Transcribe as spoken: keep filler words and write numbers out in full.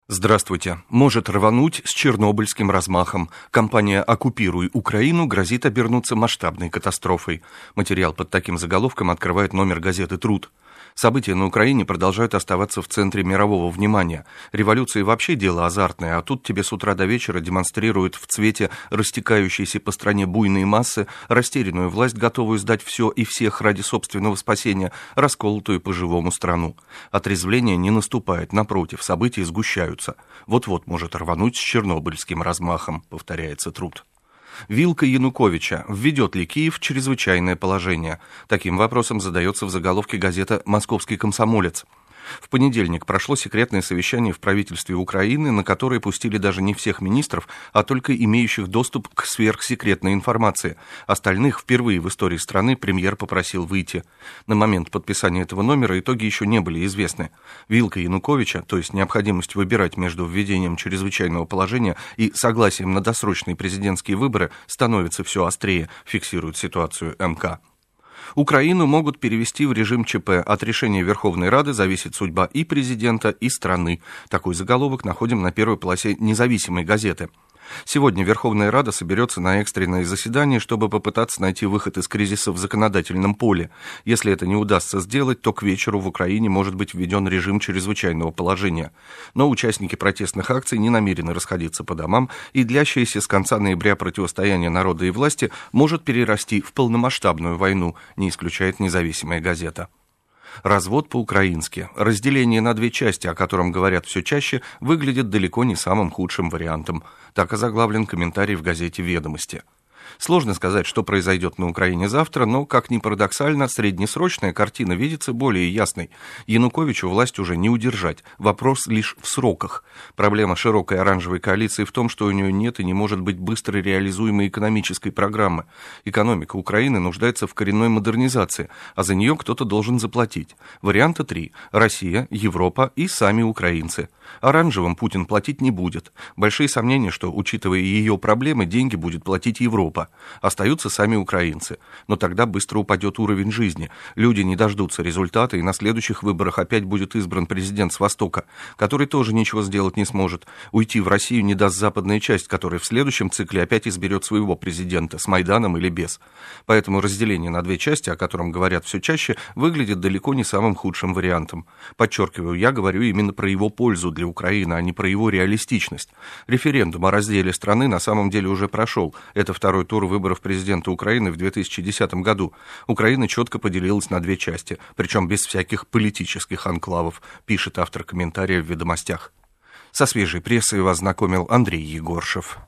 Здравствуйте. Может рвануть с чернобыльским размахом. Компания «Оккупируй Украину» грозит обернуться масштабной катастрофой. Материал под таким заголовком открывает номер газеты «Труд». События на Украине продолжают оставаться в центре мирового внимания. Революция вообще дело азартное, а тут тебе с утра до вечера демонстрируют в цвете растекающиеся по стране буйные массы, растерянную власть, готовую сдать все и всех ради собственного спасения, расколотую по-живому страну. Отрезвление не наступает, напротив, события сгущаются. Вот-вот может рвануть с чернобыльским размахом, повторяется «Труд». Вилка Януковича. Введет ли Киев чрезвычайное положение? Таким вопросом задается в заголовке газета «Московский комсомолец». В понедельник прошло секретное совещание в правительстве Украины, на которое пустили даже не всех министров, а только имеющих доступ к сверхсекретной информации. Остальных впервые в истории страны премьер попросил выйти. На момент подписания этого номера итоги еще не были известны. Вилка Януковича, то есть необходимость выбирать между введением чрезвычайного положения и согласием на досрочные президентские выборы, становится все острее, фиксирует ситуацию эм ка. Украину могут перевести в режим ЧП. От решения Верховной Рады зависит судьба и президента, и страны. Такой заголовок находим на первой полосе независимой газеты. Сегодня Верховная Рада соберется на экстренное заседание, чтобы попытаться найти выход из кризиса в законодательном поле. Если это не удастся сделать, то к вечеру в Украине может быть введен режим чрезвычайного положения. Но участники протестных акций не намерены расходиться по домам, и длящееся с конца ноября противостояние народа и власти может перерасти в полномасштабную войну, не исключает независимая газета. Развод по-украински. Разделение на две части, о котором говорят все чаще, выглядит далеко не самым худшим вариантом. Так озаглавлен комментарий в газете «Ведомости». Сложно сказать, что произойдет на Украине завтра, но, как ни парадоксально, среднесрочная картина видится более ясной. Януковичу власть уже не удержать. Вопрос лишь в сроках. Проблема широкой оранжевой коалиции в том, что у нее нет и не может быть быстро реализуемой экономической программы. Экономика Украины нуждается в коренной модернизации, а за нее кто-то должен заплатить. Варианта три. Россия, Европа и сами украинцы. Оранжевым Путин платить не будет. Большие сомнения, что, учитывая ее проблемы, деньги будет платить Европа. Остаются сами украинцы. Но тогда быстро упадет уровень жизни. Люди не дождутся результата, и на следующих выборах опять будет избран президент с Востока, который тоже ничего сделать не сможет. Уйти в Россию не даст западная часть, которая в следующем цикле опять изберет своего президента, с Майданом или без. Поэтому разделение на две части, о котором говорят все чаще, выглядит далеко не самым худшим вариантом. Подчеркиваю, я говорю именно про его пользу для Украины, а не про его реалистичность. Референдум о разделе страны на самом деле уже прошел. Это второй тур выборов президента Украины в две тысячи десятом году. Украина четко поделилась на две части, причем без всяких политических анклавов, пишет автор комментария в «Ведомостях». Со свежей прессой вас знакомил Андрей Егоршев.